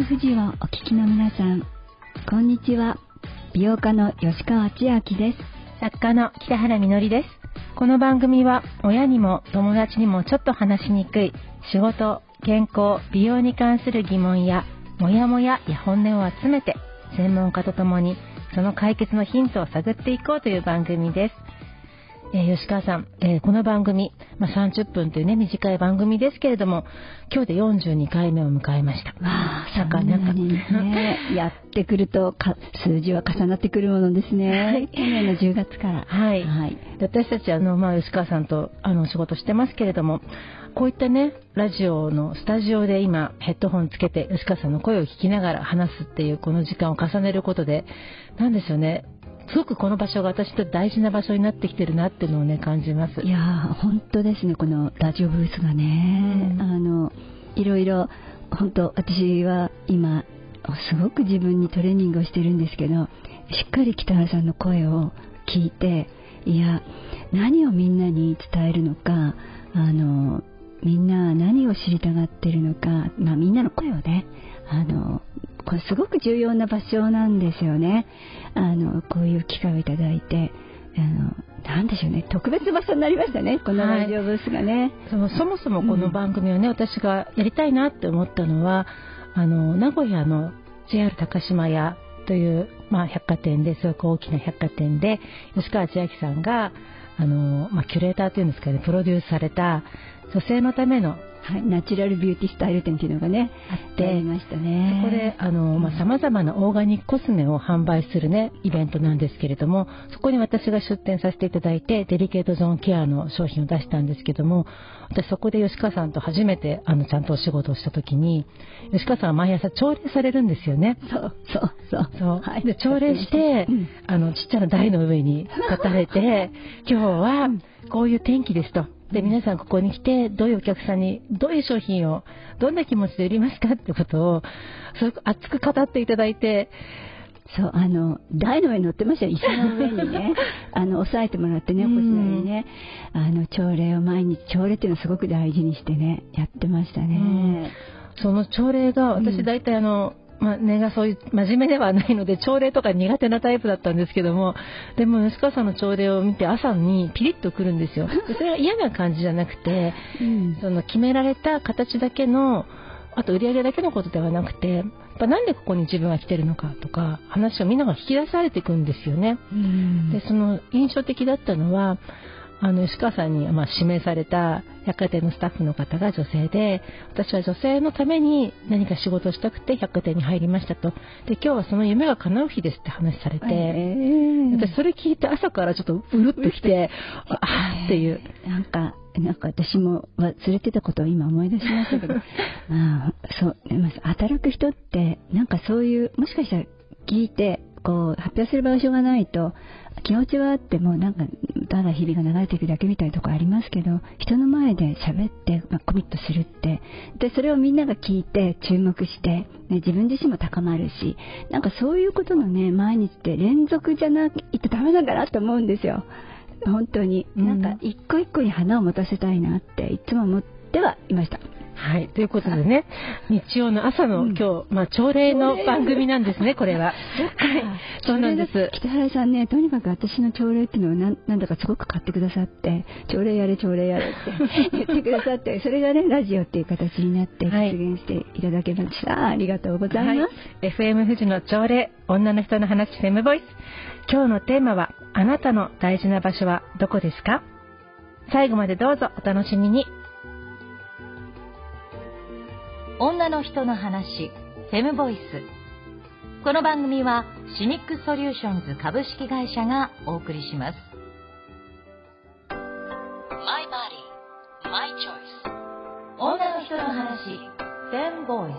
FM 富士をお聞きの皆さん、こんにちは。美容家の吉川千明です。 作家の北原みのりです。この番組は親にも友達にもちょっと話しにくい仕事、健康、美容に関する疑問やモヤモヤや本音を集めて、専門家とともにその解決のヒントを探っていこうという番組です。吉川さん、この番組、30分というね短い番組ですけれども、今日で42回目を迎えました。 わあ、そんなにねやってくると数字は重なってくるものですね。去年の10月から。 はい。で私たち吉川さんとお仕事してますけれども、こういったねラジオのスタジオで今ヘッドホンつけて吉川さんの声を聞きながら話すっていうこの時間を重ねることで、なんですよね。すごくこの場所が私と大事な場所になってきてるなっていうのをね感じます。 いや本当ですね。このラジオブースがね、いろいろ本当私は今すごく自分にトレーニングをしてるんですけど、しっかり北原さんの声を聞いて、いや何をみんなに伝えるのか、みんな何を知りたがってるのか、みんなの声をねこれすごく重要な場所なんですよね。こういう機会をいただいて、なんでしょうね、特別場所になりましたね、このラジオブースがね。 そもそもこの番組をね、私がやりたいなって思ったのは、名古屋の JR 高島屋という、百貨店ですごく大きな百貨店で吉川千明さんがキュレーターというんですかね、プロデュースされた女性のためのナチュラルビューティースタイル展というのがねあっていましたね。 そこで様々なオーガニックコスメを販売するねイベントなんですけれども、そこに私が出展させていただいてデリケートゾーンケアの商品を出したんですけども、私そこで吉川さんと初めてちゃんとお仕事をした時に、吉川さんは毎朝朝礼されるんですよね。 そう、 はい、で朝礼して、ちっちゃな台の上に立たれて今日はこういう天気ですと、で皆さんここに来てどういうお客さんにどういう商品をどんな気持ちで売りますかってことをすごく熱く語っていただいて、 そう台の上に乗ってましたよ。椅子の上にね押さえてもらってね、お腰の上にね朝礼を毎日、朝礼っていうのをすごく大事にしてねやってましたね。 その朝礼が私大体根がそういう真面目ではないので朝礼とか苦手なタイプだったんですけども、でも吉川さんの朝礼を見て朝にピリッとくるんですよ。でそれは嫌な感じじゃなくて、その決められた形だけの、あと売り上げだけのことではなくて、なんでここに自分は来てるのかとか話をみんなが引き出されていくんですよね。でその印象的だったのは吉川さんに指名された百貨店のスタッフの方が女性で、私は女性のために何か仕事をしたくて百貨店に入りましたと。で今日はその夢が叶う日ですって話されて、私それ聞いて朝からちょっとうるっときてっていう、 なんか私も忘れてたことを今思い出しましたけどそう働く人ってなんかそういう、もしかしたら聞いてこう発表する場所がないと気持ちはあってもなんかただ日々が流れていくだけみたいなところありますけど、人の前で喋って、コミットするってでそれをみんなが聞いて注目して、ね、自分自身も高まるし、なんかそういうことのね毎日って連続じゃないとダメなんだなと思うんですよ。本当になんか一個一個に花を持たせたいなっていつも思ってはいました。 はい、ということでね、日曜の朝の今日、朝礼の番組なんですね、これは。はい、そうなんです。 北原さんね、とにかく私の朝礼っていうのをなんだかすごく買ってくださって、朝礼やれって言ってくださって、それがね、ラジオっていう形になって実現していただけました。ありがとうございます。 FM 富士の朝礼、女の人の話フェムボイス。今日のテーマは、あなたの大事な場所はどこですか？最後までどうぞお楽しみに。 女の人の話フェムボイス。この番組はシニックソリューションズ株式会社がお送りします。 My body, my choice。 女の人の話フェムボイス。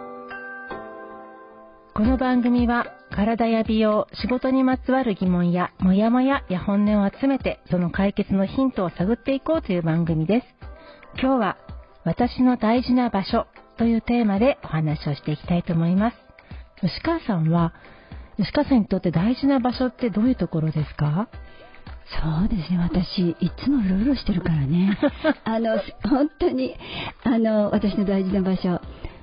この番組は体や美容、仕事にまつわる疑問やモヤモヤや本音を集めてその解決のヒントを探っていこうという番組です。今日は私の大事な場所というテーマでお話をしていきたいと思います。吉川さんにとって大事な場所ってどういうところですか？ そうですね、私いつもうろうろしてるからね本当に私の大事な場所、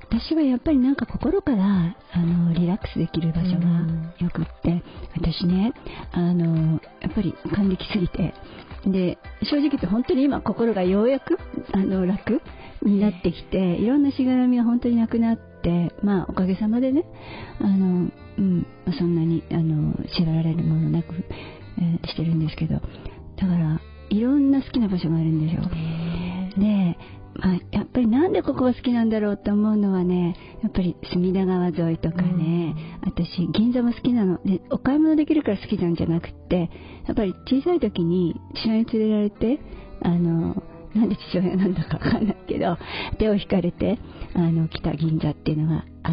私はやっぱりなんか心からリラックスできる場所がよくって、私ねやっぱり還暦すぎて、で正直言って本当に今心がようやく楽になってきて、いろんなしがらみが本当になくなって、まあおかげさまでねそんなに縛られるものなく、してるんですけど、だからいろんな好きな場所があるんですよ。でやっぱりなんでここが好きなんだろうと思うのはね、やっぱり隅田川沿いとかね、私銀座も好きなので、お買い物できるから好きなんじゃなくって、やっぱり小さい時に父親に連れられてなんで父親なんだかわかんないけど手を引かれて来た銀座っていうのがあって、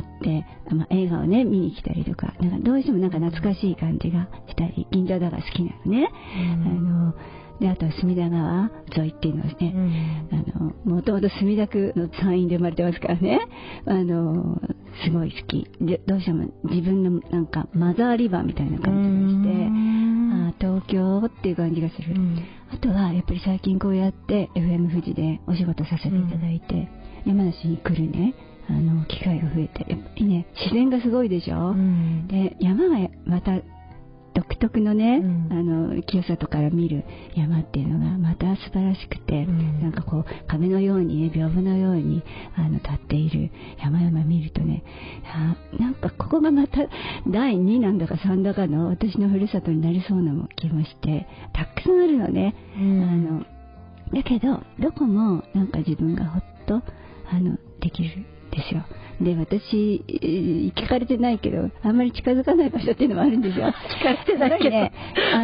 映画をね見に来たりとか、なんかどうしてもなんか懐かしい感じがしたり、銀座だから好きなのね。であとは隅田川沿いっていうのはね、もともと墨田区の山陰で生まれてますからね、すごい好きで、どうしても自分のなんかマザーリバーみたいな感じがして、東京っていう感じがする。あとはやっぱり最近こうやって FM 富士でお仕事させていただいて、山梨に来るね機会が増えて、やっぱりね自然がすごいでしょ、で山がまた独特のね、清里から見る山っていうのがまた素晴らしくて、なんかこう壁のようにね、屏風のように立っている山々見るとね、なんかここがまた第2なんだか3だかの私のふるさとになりそうな気もして、たくさんあるのね。だけどどこもなんか自分がほっとできるんですよ。で私聞かれてないけどあんまり近づかない場所っていうのもあるんですよ。 聞かれてないけどね、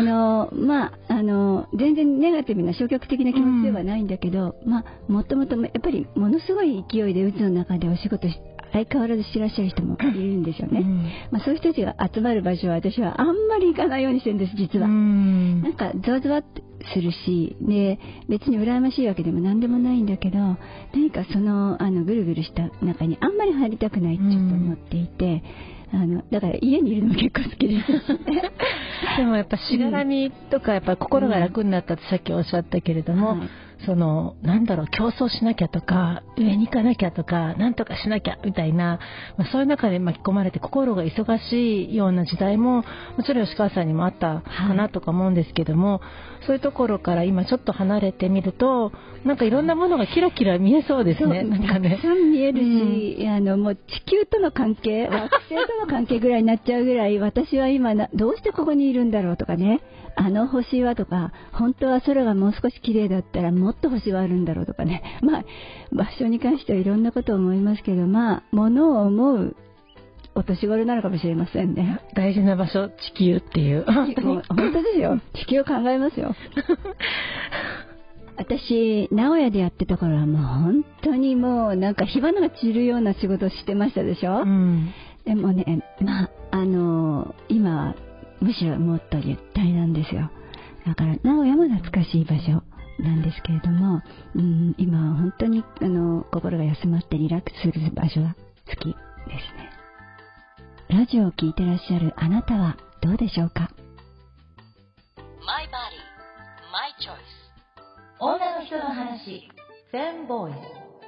全然ネガティブな消極的な気持ちではないんだけど、もともとやっぱりものすごい勢いで渦の中でお仕事相変わらずしてらっしゃる人もいるんですよね。そういう人たちが集まる場所は私はあんまり行かないようにしてるんです、実は。なんかゾワゾワってするし、で別に羨ましいわけでも何でもないんだけど、何かそのぐるぐるした中にあんまり入りたくないってちょっと思っていて、だから家にいるのも結構好きですでもやっぱしがらみとかやっぱ心が楽になったってさっきおっしゃったけれども、なんだろう、競争しなきゃとか上に行かなきゃとかなんとかしなきゃみたいな、そういう中で巻き込まれて心が忙しいような時代ももちろん吉川さんにもあったかなとか思うんですけども、そういうところから今ちょっと離れてみるとなんかいろんなものがキラキラ見えそうですね。なんかね、 たくさん見えるし、もう地球との関係、惑星との関係ぐらいになっちゃうぐらい、私は今どうしてここにいるんだろうとかね、星はとか、本当は空がもう少し綺麗だったらもっと星はあるんだろうとかね、場所に関してはいろんなことを思いますけど、物を思うお年頃なのかもしれませんね。 大事な場所、地球っていう本当ですよ、地球を考えますよ私名古屋でやってた頃はもう本当にもうなんか火花が散るような仕事をしてましたでしょ、でもね、今はむしろもっとゆったりなんですよ。だから名古屋も懐かしい場所なんですけれども、今は本当に心が休まってリラックスする場所が好きですね。ラジオを聞いてらっしゃるあなたはどうでしょうか。 My body, my choice。 女の人の話、フェムボイス。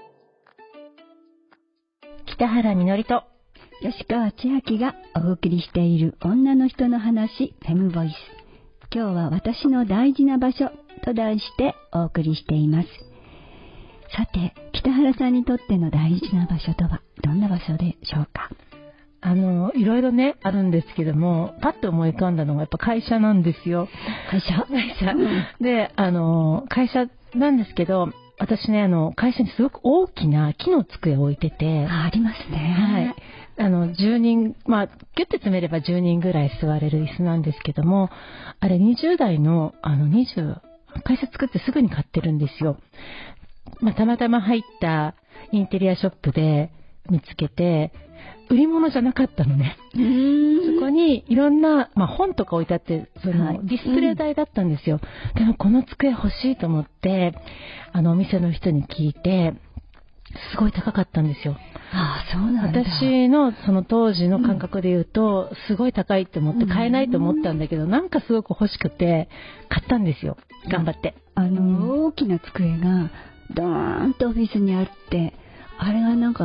北原みのりと吉川千秋がお送りしている女の人の話、フェムボイス。今日は私の大事な場所と題してお送りしています。さて、北原さんにとっての大事な場所とはどんな場所でしょうか。 いろいろねあるんですけども、パッと思い浮かんだのがやっぱ会社なんですよ。会社で会社なんですけど、私ね会社にすごく大きな木の机を置いてて、 ありますね。 10人、ギュッて詰めれば10人ぐらい座れる椅子なんですけども、あれ20代の会社作ってすぐに買ってるんですよ。たまたま入ったインテリアショップで見つけて、売り物じゃなかったのね。そこにいろんな、本とか置いてあって、ディスプレイ台だったんですよ。でもこの机欲しいと思ってお店の人に聞いて、すごい高かったんですよ。 そうなんだ。 私のその当時の感覚で言うと、すごい高いと思って買えないと思ったんだけど、なんかすごく欲しくて買ったんですよ。頑張って。 大きな机がドーンとオフィスにあって、あれがなんか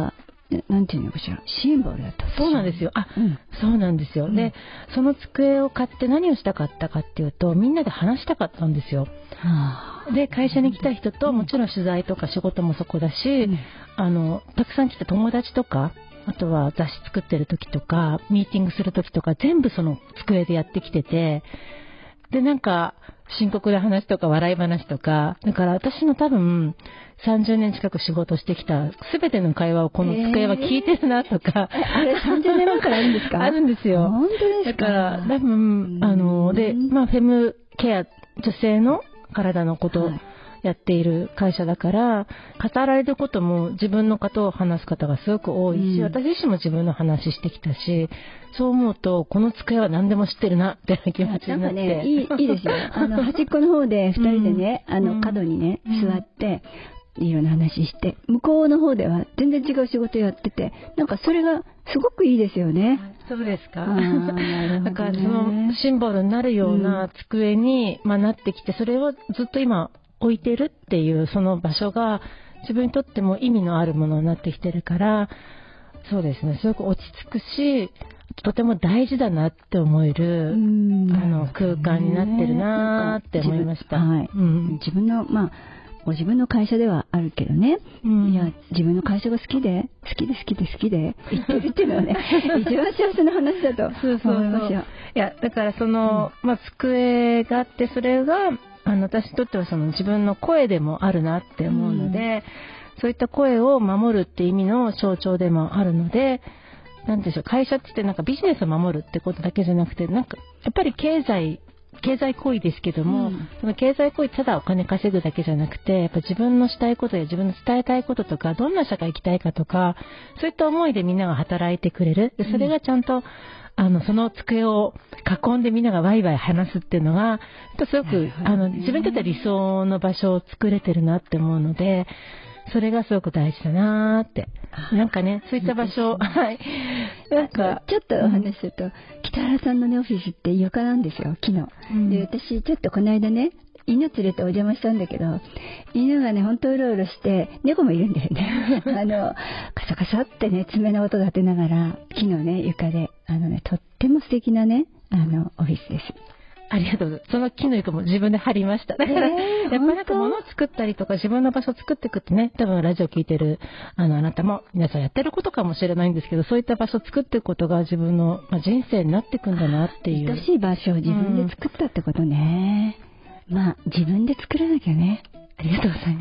なんていうのかしら、シンボルだった。 そうなんですよ。そうなんですよ。で、その机を買って何をしたかったかっていうと、みんなで話したかったんですよ。で、会社に来た人と、もちろん取材とか仕事もそこだし、たくさん来た友達とか、あとは雑誌作ってる時とか、ミーティングする時とか、全部その机でやってきてて、で、なんか、深刻な話とか笑い話とか、だから私の多分30年近く仕事してきた全ての会話をこの机は聞いてるなとか、 あれ30年前からあるんですか？ あるんですよ。 本当ですか？ だから多分で、フェムケア、女性の体のことをやっている会社だから、語られることも自分のことを話す方がすごく多いし、私自身も自分の話してきたし、そう思うとこの机は何でも知ってるなって気持ちになって、 なんかね、いいですよ。端っこの方で2人でね、角にね座っていろんな話して、向こうの方では全然違う仕事やってて、なんかそれがすごくいいですよね。 そうですか。 なるほどね。 だからそのシンボルになるような机に、なってきて、それをずっと今置いてるっていうその場所が自分にとっても意味のあるものになってきてるから、そうですね、すごく落ち着くし、とても大事だなって思える空間になってるなって思いました。 自分のご自分の会社ではあるけどね、いや自分の会社が好きで言ってるっていうのはね一番幸せな話だと思いますよ。 いやだからその、机があって、それが私にとってはその自分の声でもあるなって思うので、そういった声を守るって意味の象徴でもあるので、なんでしょう、会社って言ってなんかビジネスを守るってことだけじゃなくて、なんかやっぱり経済行為ですけども、その経済行為ただお金稼ぐだけじゃなくて、やっぱ自分のしたいことや自分の伝えたいこととか、どんな社会行きたいかとか、そういった思いでみんなが働いてくれる。でそれがちゃんとその机を囲んでみんながワイワイ話すっていうのがすごく自分にとっては理想の場所を作れてるなって思うので、それがすごく大事だなって。なんかね、そういった場所、 なんかちょっとお話しすると、北原さんのねオフィスって床なんですよ、木の。で、私ちょっとこの間ね、犬連れてお邪魔したんだけど、犬がねほんとうろうろして、猫もいるんだよねカサカサってね爪の音立てながら木のね床でとっても素敵なねオフィスです。 ありがとうございます。その木の床も自分で貼りました。だから、やっぱりなんか物を作ったりとか自分の場所を作っていくってね、多分ラジオ聞いてるあなたも皆さんやってることかもしれないんですけど、そういった場所を作っていくことが自分の、人生になっていくんだなっていう。 愛しい場所を自分で作ったってことね。自分で作らなきゃね。ありがとうございます。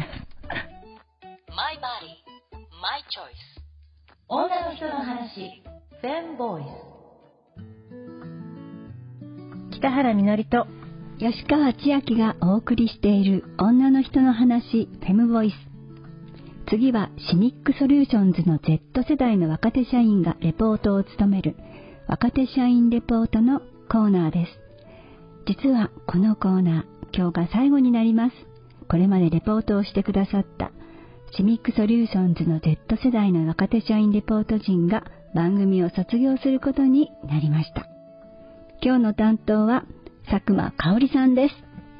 My body, my choice。女の人の話、フェムボイス。 北原みのりと吉川千明がお送りしている女の人の話フェムボイス。次はシニックソリューションズの Z 世代の若手社員がレポートを務める若手社員レポートのコーナーです。実はこのコーナー今日が最後になります。これまでレポートをしてくださったシニックソリューションズの Z 世代の若手社員レポート陣が番組を卒業することになりました。今日の担当は佐久間香織さんです。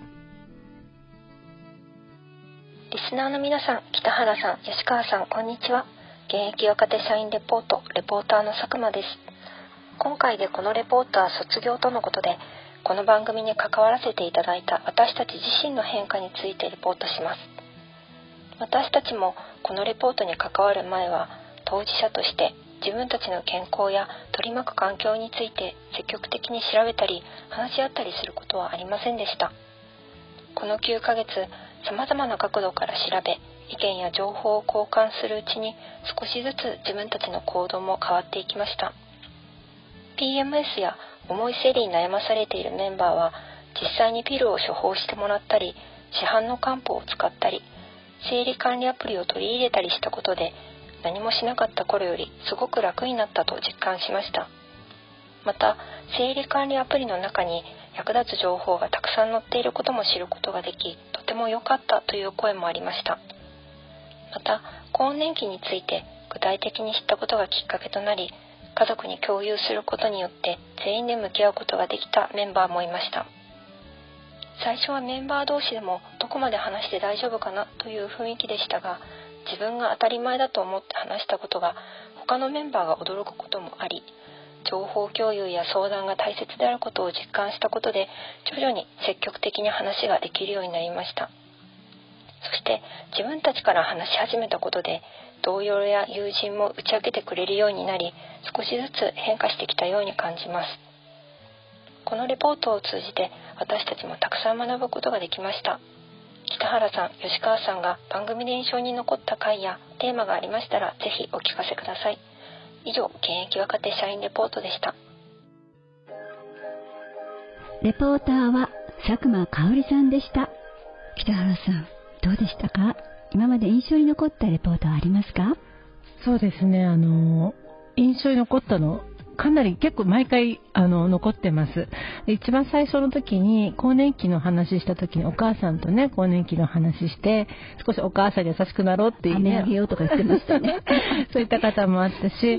リスナーの皆さん、北原さん、吉川さん、こんにちは。現役若手社員レポートーの佐久間です。今回でこのレポートは卒業とのことで、この番組に関わらせていただいた私たち自身の変化についてレポートします。私たちもこのレポートに関わる前は、当事者として自分たちの健康や取り巻く環境について積極的に調べたり話し合ったりすることはありませんでした。この9ヶ月、様々な角度から調べ、意見や情報を交換するうちに少しずつ自分たちの行動も変わっていきました。PMS や重い生理に悩まされているメンバーは実際にピルを処方してもらったり、市販の漢方を使ったり、生理管理アプリを取り入れたりしたことで、何もしなかった頃よりすごく楽になったと実感しました。また、生理管理アプリの中に役立つ情報がたくさん載っていることも知ることができ、とても良かったという声もありました。また、更年期について具体的に知ったことがきっかけとなり、家族に共有することによって全員で向き合うことができたメンバーもいました。最初はメンバー同士でもどこまで話して大丈夫かなという雰囲気でしたが、自分が当たり前だと思って話したことが他のメンバーが驚くこともあり、情報共有や相談が大切であることを実感したことで、徐々に積極的に話ができるようになりました。そして自分たちから話し始めたことで、同僚や友人も打ち明けてくれるようになり、少しずつ変化してきたように感じます。このレポートを通じて私たちもたくさん学ぶことができました。北原さん、吉川さんが番組で印象に残った回やテーマがありましたら、ぜひお聞かせください。以上、現役若手社員レポートでした。 レポーターは佐久間香織さんでした。北原さん、どうでしたか？今まで印象に残ったレポートはありますか？ そうですね、印象に残ったのかなり結構毎回残ってます。一番最初の時に更年期の話した時にお母さんとね更年期の話して、少しお母さんに優しくなろうっていう、ね、 飴あげようとか言ってましたねそういった方もあったし、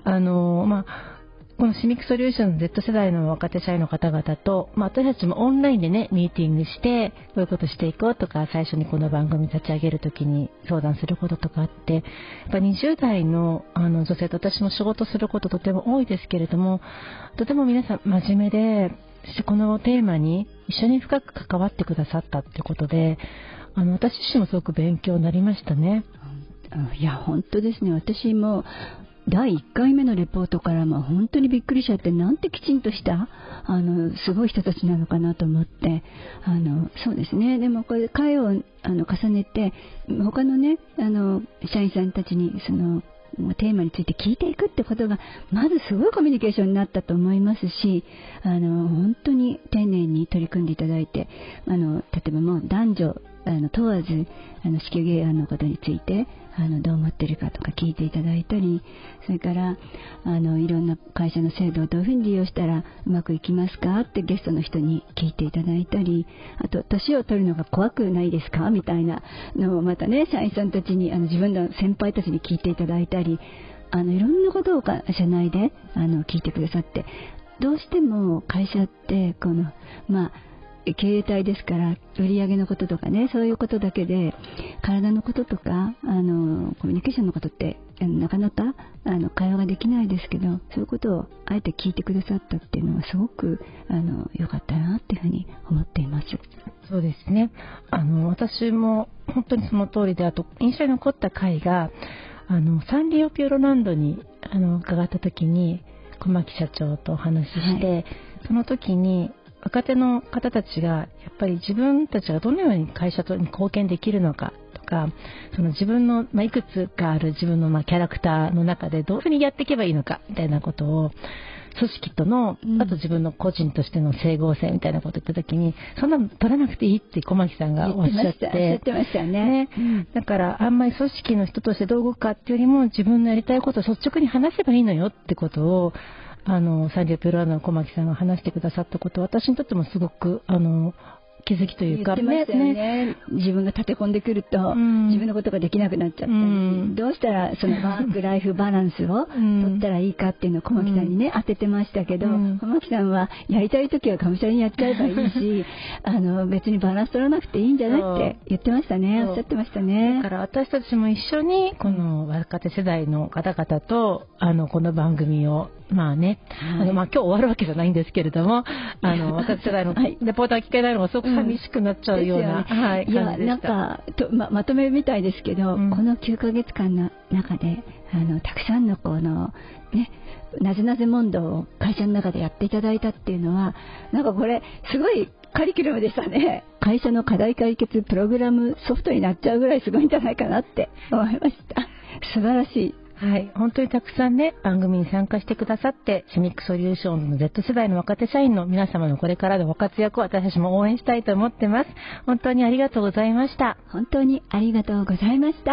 このシミックソリューション Z 世代の若手社員の方々と、私たちもオンラインでねミーティングして、こういうことしていこうとか、最初にこの番組立ち上げるときに相談することとかあって、やっぱ20代の女性と私も仕事することとても多いですけれども、とても皆さん真面目で、このテーマに一緒に深く関わってくださったってことで、私自身もすごく勉強になりましたね。 いや本当ですね。私も第1回目のレポートから本当にびっくりしちゃって、なんてきちんとしたすごい人たちなのかなと思って、そうですね。でもこれ回を重ねて他のね社員さんたちにそのテーマについて聞いていくってことがまずすごいコミュニケーションになったと思いますし、本当に丁寧に取り組んでいただいて、例えばもう男女問わず子宮頸がんのことについてどう思ってるかとか聞いていただいたり、それからいろんな会社の制度をどういうふうに利用したらうまくいきますかってゲストの人に聞いていただいたり、あと年を取るのが怖くないですかみたいなのをまたね社員さんたちに自分の先輩たちに聞いていただいたり、いろんなことを社内で聞いてくださって、どうしても会社ってこの経営体ですから、売上のこととかね、そういうことだけで体のこととかコミュニケーションのことってなかなか会話ができないですけど、そういうことをあえて聞いてくださったっていうのはすごく良かったなっていうふうに思っています。 そうですね。私も本当にその通りで、あと印象に残った回がサンリオピューロランドに伺った時に小牧社長とお話しして、はい、その時に若手の方たちがやっぱり自分たちがどのように会社に貢献できるのかとか、その自分の、いくつかある自分のキャラクターの中でどういうふうにやっていけばいいのかみたいなことを、組織との、あと自分の個人としての整合性みたいなことを言った時に、そんなの取らなくていいって小牧さんがおっしゃって言ってましたよね。 だからあんまり組織の人としてどう動くかっていうよりも、自分のやりたいことを率直に話せばいいのよってことをサンリオピューロランドの小牧さんが話してくださったことは、私にとってもすごく気づきというか、 言ってましたよね。自分が立て込んでくると、自分のことができなくなっちゃったり、どうしたらそのワークライフバランスを取ったらいいかっていうのを小牧さんにね、当ててましたけど、小牧さんはやりたい時はがむしゃらにやっちゃえばいいし別にバランス取らなくていいんじゃないって言ってましたね。おっしゃってましたね。 だから私たちも一緒にこの若手世代の方々とこの番組を今日終わるわけじゃないんですけれども、若手世代のレポーター聞けないのがすごく寂しくなっちゃうような、感じでした。 なんかまとめみたいですけど、この9ヶ月間の中でたくさんのこのねなぜなぜ問答を会社の中でやっていただいたっていうのは、なんかこれすごいカリキュラムでしたね。会社の課題解決プログラムソフトになっちゃうぐらいすごいんじゃないかなって思いました。素晴らしい。 はい、本当にたくさんね番組に参加してくださって、シミックソリューションの Z 世代の若手社員の皆様のこれからのご活躍を私たちも応援したいと思ってます。本当にありがとうございました。 本当にありがとうございました。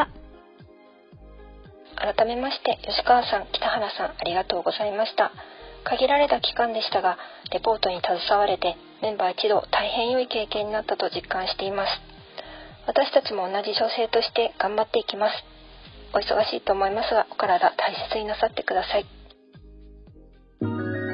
改めまして吉川さん、北原さん、ありがとうございました。限られた期間でしたが、レポートに携われてメンバー一同大変良い経験になったと実感しています。私たちも同じ女性として頑張っていきます。お忙しいと思いますが、お体大切になさってください。 My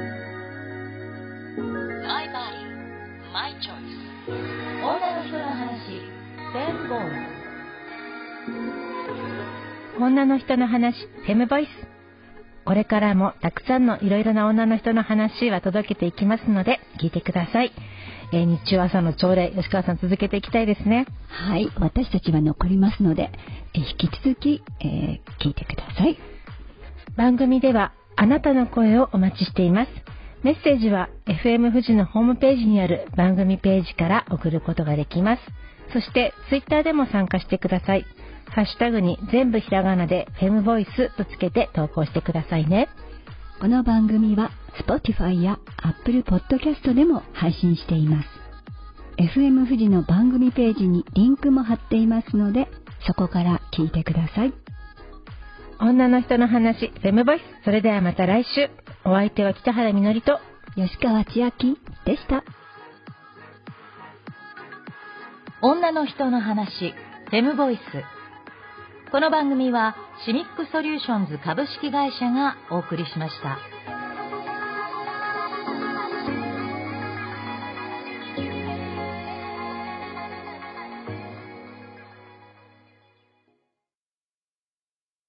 body, my choice。女の人の話、フェムボイス。 女の人の話、フェムボイス。 これからもたくさんのいろいろな女の人の話は届けていきますので聞いてください。日中朝の朝礼、吉川さん続けていきたいですね。 はい、私たちは残りますので、引き続き、聞いてください。 番組ではあなたの声をお待ちしています。メッセージは FM 富士のホームページにある番組ページから送ることができます。そしてツイッターでも参加してください。ハッシュタグに全部ひらがなでフェムボイスとつけて投稿してくださいね。 この番組は Spotify や Apple Podcast でも配信しています。FM 富士の番組ページにリンクも貼っていますので、そこから聞いてください。 女の人の話、フェムボイス。それではまた来週。お相手は北原みのりと吉川千秋でした。 女の人の話、フェムボイス。この番組はシミックソリューションズ株式会社がお送りしました。